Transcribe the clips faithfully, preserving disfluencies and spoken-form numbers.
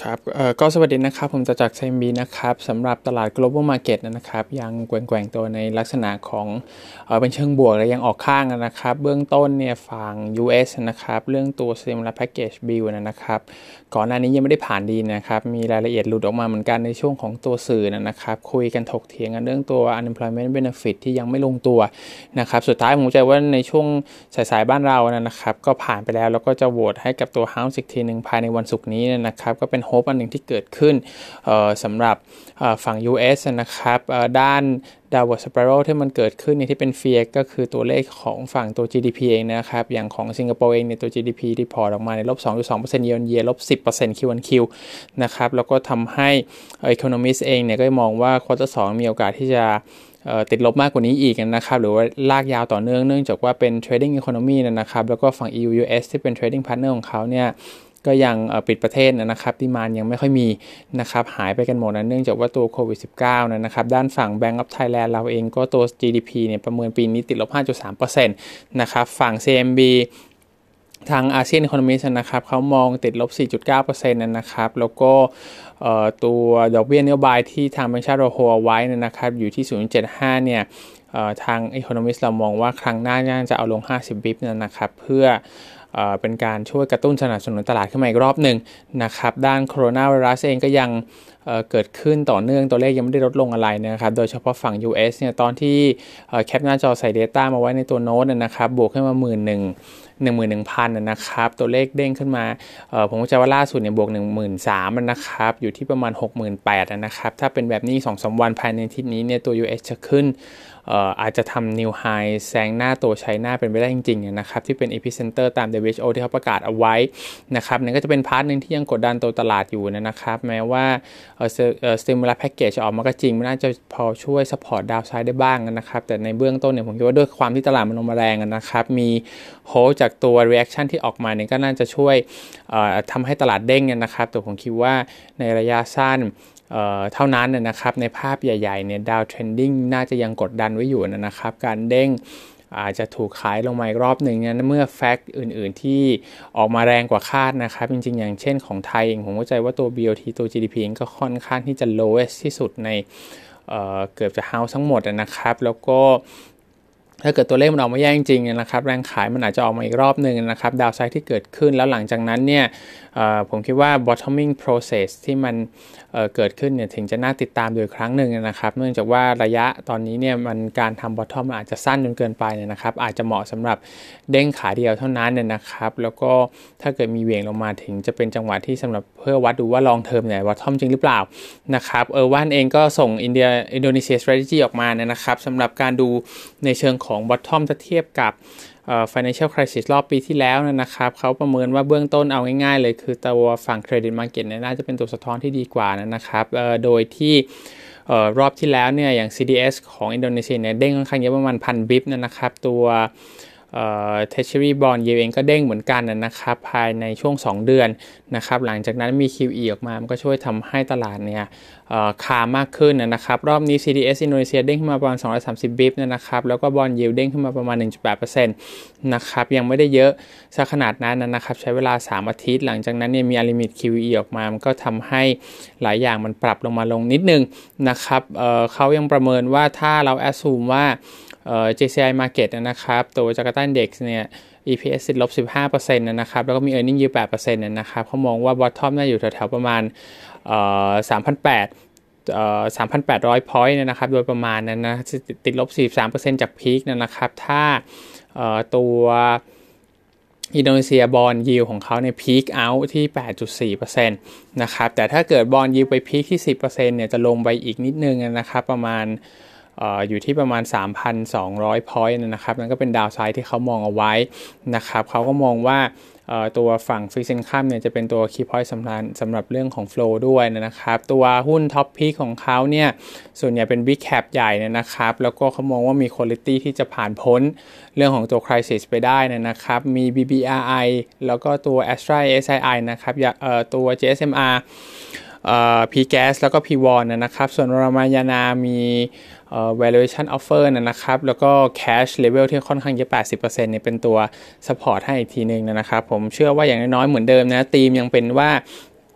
ครับเอ่อก็สวัสดีนะครับผมจะจาก ซี เอ็ม บี นะครับสำหรับตลาด global market นะครับยังแกว่งๆตัวในลักษณะของเอ่อเป็นเชิงบวกและยังออกข้างนะครับเบื้องต้นเนี่ยฝั่ง ยู เอส นะครับเรื่องตัว stimulus package bill นะครับก่อนหน้านี้ยังไม่ได้ผ่านดีนะครับมีรายละเอียดหลุดออกมาเหมือนกันในช่วงของตัวสื่อนะครับคุยกันถกเถียงกันเรื่องตัว unemployment benefit ที่ยังไม่ลงตัวนะครับสุดท้ายผมใจว่าในช่วงสายๆบ้านเรานะครับก็ผ่านไปแล้วแล้วก็จะโหวตให้กับตัว House อีกทีนึงภายในวันศุกร์นี้นะครับก็เป็นโฮปอันหนึ่งที่เกิดขึ้นสำหรับฝั่ง ยู เอส นะครับด้านดาวสเปโรที่มันเกิดขึ้นในที่เป็นเฟียร์ก็คือตัวเลขของฝั่งตัว จี ดี พี เองนะครับอย่างของสิงคโปร์เองในตัว จี ดี พี ที่พอร์ตออกมาในลบ สองจุดสองเปอร์เซ็นต์ year on year ลบ สิบเปอร์เซ็นต์ Q on Q นะครับแล้วก็ทำให้ Economist เองเนี่ยก็มองว่าควอเตอร์สองมีโอกาสที่จะติดลบมากกว่านี้อีกนะครับหรือว่าลากยาวต่อเนื่องเนื่องจากว่าเป็น trading economy นะครับแล้วก็ฝั่ง อี ยู ยู เอส ที่เป็น trading partner ของเขาเนี่ยก็ยังปิดประเทศนะครับดีมานด์ยังไม่ค่อยมีนะครับหายไปกันหมดนะเนื่องจากว่าตัวโควิด สิบเก้า นะครับด้านฝั่ง Bank of Thailand เราเองก็ตัว จี ดี พี เนี่ยประเมินปีนี้ติดลบ ห้าจุดสามเปอร์เซ็นต์ นะครับฝั่ง ซี เอ็ม บี ทางอาเซียนอีโคโนมิสต์นะครับเขามองติดลบ สี่จุดเก้าเปอร์เซ็นต์ นะครับแล้วก็ตัวดอกเบี้ยนโยบายที่ทางแบงก์ชาติเราโฮเอาไว้นะครับอยู่ที่ ศูนย์จุดเจ็ดห้า เนี่ยทางอีโคโนมิสต์เรามองว่าครั้งหน้าน่าจะเอาลงห้าสิบบิปนะครับเพื่อเอ่อเป็นการช่วยกระตุ้นสนับสนุนตลาดขึ้นมาอีกรอบหนึ่งนะครับด้านโคโรนาไวรัสเองก็ยังเอ่อเกิดขึ้นต่อเนื่องตัวเลขยังไม่ได้ลดลงอะไรนะครับโดยเฉพาะฝั่ง ยู เอส เนี่ยตอนที่แคปหน้าจอใส่ Data มาไว้ในตัวโน้ตนะครับบวกขึ้นมา หนึ่งหมื่นหนึ่ง หนึ่งหมื่นหนึ่งพัน นะครับตัวเลขเด้งขึ้นมาเอ่อผมเข้าใจว่าล่าสุดเนี่ยบวก หนึ่งหมื่นสามพัน นะครับอยู่ที่ประมาณ หกหมื่นแปดพัน นะครับถ้าเป็นแบบนี้ สองถึงสาม วันภายในอาทิตย์นี้เนี่ยตัว ยู เอส จะขึ้นเอ่ออาจจะทำ New High แซงหน้าตัวไชน่าเป็นไปได้จริงๆนะครับที่เป็น Epicenter ตาม ดับเบิลยู เอช โอ ที่เขาประกาศเอาไว้นะครับนั่นก็จะเป็นพาร์ทนึงที่ยังกดดันตัวตลาดอยู่นะครับแม้ว่าเอ่อเอ่อ Stimulus Package ออกมาก็จริงมันน่าจะพอช่วย Support Downside ได้บ้างนะครับแต่ในเบื้องต้นเนี่ยผมคิดว่าด้วยความที่ตลาดมันลงมาแรงนะครับมีโฮจากตัว reaction ที่ออกมาเนี่ยก็น่าจะช่วยเอ่อทำให้ตลาดเด้งนะครับแต่ผมคิดว่าในระยะสั้นเอ่อเท่านั้นนะครับในภาพใหญ่ๆเนี่ยดาวเทรนดิ้งน่าจะยังกดดันไว้อยู่นะครับการเด้งอาจจะถูกขายลงมาอีกรอบหนึ่งเนี่ยเมื่อแฟกต์อื่นๆที่ออกมาแรงกว่าคาดนะครับจริงๆอย่างเช่นของไทยเองผมเข้าใจว่าตัว บี โอ ที ตัว จี ดี พี เองก็ค่อนข้างที่จะ lowest ที่สุดในเอ่อเกือบจะ house ทั้งหมดนะครับแล้วก็ถ้าเกิดตัวเลขมันออกมาแย่จริงๆนะครับแรงขายมันอาจจะออกมาอีกรอบหนึ่งนะครับดาวไซด์ที่เกิดขึ้นแล้วหลังจากนั้นเนี่ยผมคิดว่า bottoming process ที่มัน เ, เกิดขึ้นเนี่ยถึงจะน่าติดตามโดยครั้งหนึ่งนะครับเนื่องจากว่าระยะตอนนี้เนี่ยมันการทำ bottom มันอาจจะสั้นจนเกินไปเนี่ยนะครับอาจจะเหมาะสำหรับเด้งขาเดียวเท่านั้นเนี่ยนะครับแล้วก็ถ้าเกิดมีเหวี่ยงลงมาถึงจะเป็นจังหวะที่สำหรับเพื่อวัดดูว่า long term เนี่ย bottom จริงหรือเปล่านะครับเออว่านเองก็ส่งอินเดียอินโดนีเซีย strategy ออกมาเนี่ยนะครับสำหรับการดูในเชิงของ bottom ถ้าเทียบกับเอ่อ financial crisis รอบปีที่แล้วนะครับเขาประเมินว่าเบื้องต้นเอาง่ายๆเลยคือตัวฝั่ง credit market เนี่ยน่าจะเป็นตัวสะท้อนที่ดีกว่านะครับเอ่อโดยที่เอ่อรอบที่แล้วเนี่ยอย่าง ซี ดี เอส ของอินโดนีเซียเนี่ยเด้งค่อนข้างเยอะประมาณ หนึ่งพัน บิปนะครับตัวเอ่อ Treasury Bond Yield เองก็เด้งเหมือนกันนะครับภายในช่วงสองเดือนนะครับหลังจากนั้นมี คิว อี ออกมามันก็ช่วยทำให้ตลาดเนี่ยเอ่อคามากขึ้นนะครับรอบนี้ ซี ดี เอส อินโดนีเซียเด้งขึ้นมาประมาณสองร้อยสามสิบบิปนะครับแล้วก็ Bond Yield เด้งขึ้นมาประมาณ หนึ่งจุดแปดเปอร์เซ็นต์ นะครับยังไม่ได้เยอะซะขนาดนั้นนะครับใช้เวลาสามอาทิตย์หลังจากนั้นเนี่ยมี Limit คิว อี ออกมามันก็ทำให้หลายอย่างมันปรับลงมาลงนิดนึงนะครับเอ่อเขายังประเมินว่าถ้าเรา assume ว่าเอ่อ เจ ซี ไอ Market นะครับตัว Jakarta Index เนี่ย อี พี เอส ติดลบ สิบห้าเปอร์เซ็นต์ นะครับแล้วก็มี Earning Yield แปดเปอร์เซ็นต์ นะครับเขามองว่า Bottom น่าอยู่แถวๆประมาณเอ่อ สามพันแปดร้อย เอ่อ สามพันแปดร้อย point นะครับโดยประมาณนั้นนะติดลบ สี่สิบสามเปอร์เซ็นต์ จากพีคนะครับถ้าเอ่อตัวอินโดนีเซียบอนด์ยิลด์ของเขาเนี่ยพีคเอาท์ที่ แปดจุดสี่เปอร์เซ็นต์ นะครับแต่ถ้าเกิดบอนด์ยิลด์ไปพีคที่ สิบเปอร์เซ็นต์ เนี่ยจะลงไปอีกนิดนึงนะครับประมาณเอ่ออยู่ที่ประมาณ สามพันสองร้อย point นะครับนั่นก็เป็นดาวไซด์ที่เขามองเอาไว้นะครับเขาก็มองว่าตัวฝั่ง Fixed Income เนี่ยจะเป็นตัว Key Point สำคัญสำหรับเรื่องของ Flow ด้วยนะครับตัวหุ้น Top Pick ของเขาเนี่ยส่วนใหญ่เป็น Big Cap ใหญ่นะครับแล้วก็เขามองว่ามี Quality ที่จะผ่านพ้นเรื่องของตัว Crisis ไปได้นะครับมี บี บี อาร์ ไอ แล้วก็ตัว Astra เอ เอส ไอ นะครับตัว เจ เอส เอ็ม อาร์ เอ่อ พี แกส แล้วก็ พี วอน นะครับส่วนรามายานามีเอ่อ valuation offer นะครับแล้วก็ cash level ที่ค่อนข้างเยอะ แปดสิบเปอร์เซ็นต์ เนี่ยเป็นตัว support ให้อีกทีนึงนะครับผมเชื่อว่าอย่างน้อยๆเหมือนเดิมนะธีมยังเป็นว่า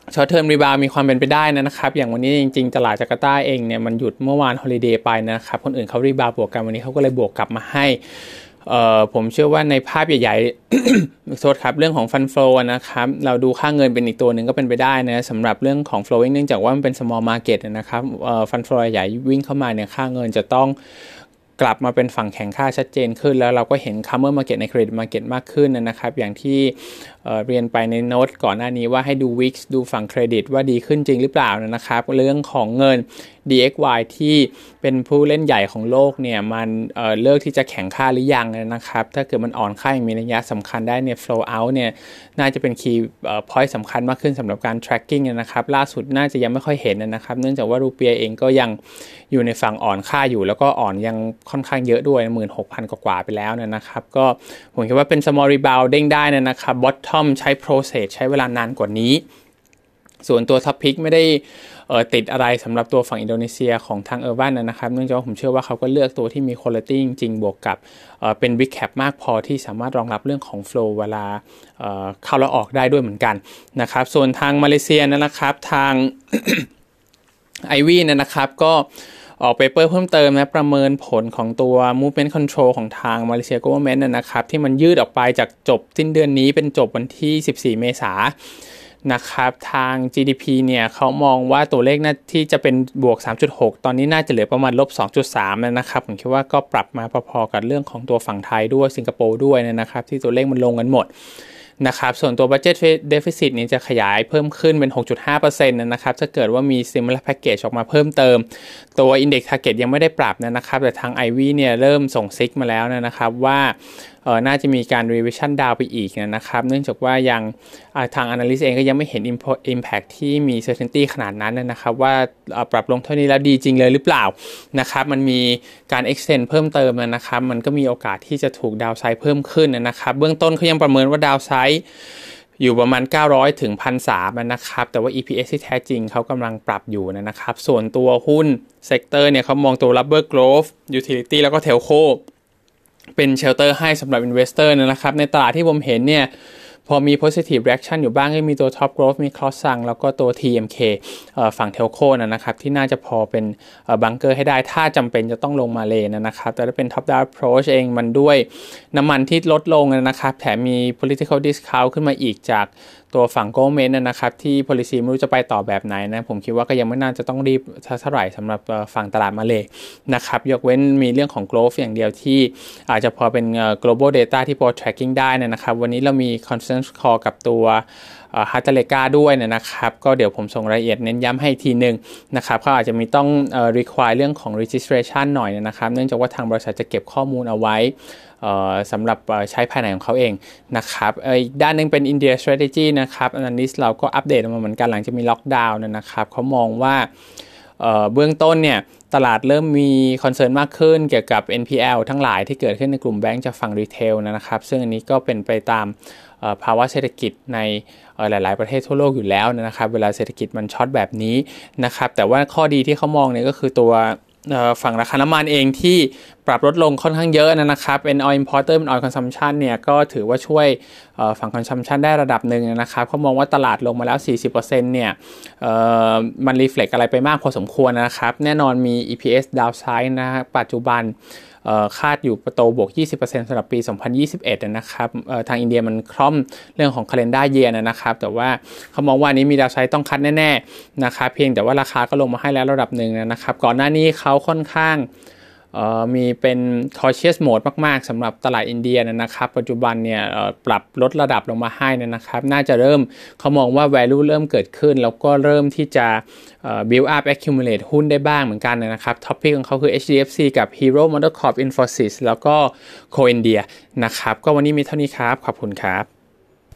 ช็อตเทอมรีบาวมีความเป็นไปได้นะครับอย่างวันนี้จริงๆตลาดจาการ์ตาเองเนี่ยมันหยุดเมื่อวานฮอลิเดย์ไปนะครับคนอื่นเขารีบาวบวกกันวันนี้เขาก็เลยบวกกลับมาให้เอ่อผมเชื่อว่าในภาพใหญ่ๆโทษครับเรื่องของฟันโฟลนะครับเราดูค่าเงินเป็นอีกตัวหนึ่งก็เป็นไปได้นะสำหรับเรื่องของ flowing เนื่องจากว่ามันเป็น small market นะครับเอ่อฟันโฟลใหญ่วิ่งเข้ามาเนี่ยค่าเงินจะต้องกลับมาเป็นฝั่งแข็งค่าชัดเจนขึ้นแล้วเราก็เห็น comer market ใน credit market มากขึ้นนะครับอย่างที่เอ่อเรียนไปในโน้ตก่อนหน้านี้ว่าให้ดู Wix ดูฝั่งเครดิตว่าดีขึ้นจริงหรือเปล่านะครับเรื่องของเงิน ดี เอ็กซ์ วาย ที่เป็นผู้เล่นใหญ่ของโลกเนี่ยมัน เอ่อ เลิกที่จะแข็งค่าหรือยังนะครับถ้าเกิดมันอ่อนค่าอย่างมีนัยยะสำคัญได้เนี่ย flow out เนี่ยน่าจะเป็น key point สำคัญมากขึ้นสำหรับการ tracking นะครับล่าสุดน่าจะยังไม่ค่อยเห็นนะครับเนื่องจากว่ารูเปียเองก็ยังอยู่ในฝั่งอ่อนค่าอยู่แล้วก็อ่อนยังค่อนข้างเยอะด้วย หนึ่งหมื่นหกพัน กว่าๆไปแล้วนะครับก็ผมคิดว่าเป็น small rebound เด้งได้นะครับ bottom ใช้ process ใช้เวลานานกว่านี้ส่วนตัว top pick ไม่ได้เอ่อติดอะไรสำหรับตัวฝั่งอินโดนีเซียของทางเออร์วันนะครับเนื่องจากว่าผมเชื่อว่าเขาก็เลือกตัวที่มี quality จริงๆบวกกับเอ่อเป็น big cap มากพอที่สามารถรองรับเรื่องของ flow เวลาเอ่อเข้าแล้วออกได้ด้วยเหมือนกันนะครับส่วนทางมาเลเซียนะครับทาง ไอวี่นะครับก็ออกเปเปอร์เพิ่มเติมนะประเมินผลของตัว movement control ของทางมาเลเซีย government นะครับที่มันยืดออกไปจากจบสิ้นเดือนนี้เป็นจบวันที่สิบสี่เมษายนนะครับทาง จี ดี พี เนี่ยเขามองว่าตัวเลขน่าที่จะเป็นบวก สามจุดหก ตอนนี้น่าจะเหลือประมาณลบ สองจุดสาม นะครับผมคิดว่าก็ปรับมาพอๆกับเรื่องของตัวฝั่งไทยด้วยสิงคโปร์ด้วยนะครับที่ตัวเลขมันลงกันหมดนะครับส่วนตัว budget deficit นี้จะขยายเพิ่มขึ้นเป็น หกจุดห้าเปอร์เซ็นต์ นะครับถ้าเกิดว่ามี stimulus package ออกมาเพิ่มเติมตัว index target ยังไม่ได้ปรับนะครับแต่ทาง ไอ วี เนี่ยเริ่มส่งซิกมาแล้วนะครับว่าเอ่อน่าจะมีการ revision down ไปอีกนะครับเนื่องจากว่ายังทาง analyst เองก็ยังไม่เห็น impact ที่มี certainty ขนาดนั้นนะครับว่าปรับลงเท่านี้แล้วดีจริงเลยหรือเปล่านะครับมันมีการ extend เพิ่มเติมนะครับมันก็มีโอกาสที่จะถูก downside เพิ่มขึ้นนะครับเบื้องต้นเขายังประเมินว่า downside อยู่ประมาณเก้าร้อยถึง หนึ่งพันสามร้อย นะครับแต่ว่า อี พี เอส ที่แท้จริงเขากำลังปรับอยู่นะครับส่วนตัวหุ้นเซกเตอร์เนี่ยเขามองตัว rubber growth utility แล้วก็ telcoเป็นเชลเตอร์ให้สำหรับ investor นะครับในตลาดที่ผมเห็นเนี่ยพอมี positive reaction อยู่บ้างก็มีตัว top growth มี cross สั่งแล้วก็ตัว ที เอ็ม เค ฝั่ง telco นะครับที่น่าจะพอเป็นบังเกอร์ให้ได้ถ้าจำเป็นจะต้องลงมาเลนะครับแต่ถ้าเป็น top down approach เองมันด้วยน้ำมันที่ลดลงนะครับแถมมี political discount ขึ้นมาอีกจากตัวฝั่ง government นะครับที่ policy ไม่รู้จะไปต่อแบบไหนนะผมคิดว่าก็ยังไม่น่าจะต้องรีบเท่าไหร่สำหรับฝั่งตลาดมาเลนะครับยกเว้นมีเรื่องของ growth อย่างเดียวที่อาจจะพอเป็น global data ที่พอ tracking ได้นะครับวันนี้เรามี conference call กับตัวฮาร์ตเลกาด้วยนะครับก็เดี๋ยวผมส่งรายละเอียดเน้นย้ำให้ทีนึงนะครับเขาอาจจะมีต้องเอ่อ require เรื่องของ registration หน่อยนะครับเนื่องจากว่าทางบริษัทจะเก็บข้อมูลเอาไว้สำหรับใช้ภายในของเขาเองนะครับอีกด้านนึงเป็น India strategy นะครับ analyst เราก็อัปเดตมาเหมือนกันหลังจากมีล็อกดาวน์นะครับเขามองว่าเบื้องต้นเนี่ยตลาดเริ่มมีคอนเซิร์นมากขึ้นเกี่ยวกับ เอ็น พี แอล ทั้งหลายที่เกิดขึ้นในกลุ่มแบงก์จากฝั่งรีเทลนะครับซึ่งอันนี้ก็เป็นไปตามภาวะเศรษฐกิจในหลายๆประเทศทั่วโลกอยู่แล้วนะครับเวลาเศรษฐกิจมันช็อตแบบนี้นะครับแต่ว่าข้อดีที่เขามองเนี่ยก็คือตัวฝั่งราคาน้ำมันเองที่ปรับลดลงค่อนข้างเยอะนะครับเป็น oil importer เป็น oil consumption เนี่ยก็ถือว่าช่วยฝั่ง consumption ได้ระดับหนึ่งนะครับเขามองว่าตลาดลงมาแล้ว สี่สิบเปอร์เซ็นต์ เนี่ยมัน reflect อะไรไปมากพอสมควรนะครับแน่นอนมี อี พี เอส downside นะครับปัจจุบันคาดอยู่โตบวก ยี่สิบเปอร์เซ็นต์ สำหรับปี สองพันยี่สิบเอ็ด นะครับทางอินเดียมันคล่อมเรื่องของ calendar year นะครับแต่ว่าเขามองว่านี้มีดาวไซด์ต้องคัดแน่ๆนะครับเพียงแต่ว่าราคาก็ลงมาให้แล้วระดับหนึ่งนะครับก่อนหน้านี้เขาค่อนข้างมีเป็น cautious mode มากๆสำหรับตลาดอินเดียนะครับปัจจุบันเนี่ยปรับลดระดับลงมาให้นะครับน่าจะเริ่มเขามองว่า value เริ่มเกิดขึ้นแล้วก็เริ่มที่จะ build up accumulate หุ้นได้บ้างเหมือนกันนะครับ topic ของเขาคือ เอช ดี เอฟ ซี กับ Hero MotoCorp Infosys แล้วก็ Co India นะครับก็วันนี้มีเท่านี้ครับขอบคุณครับ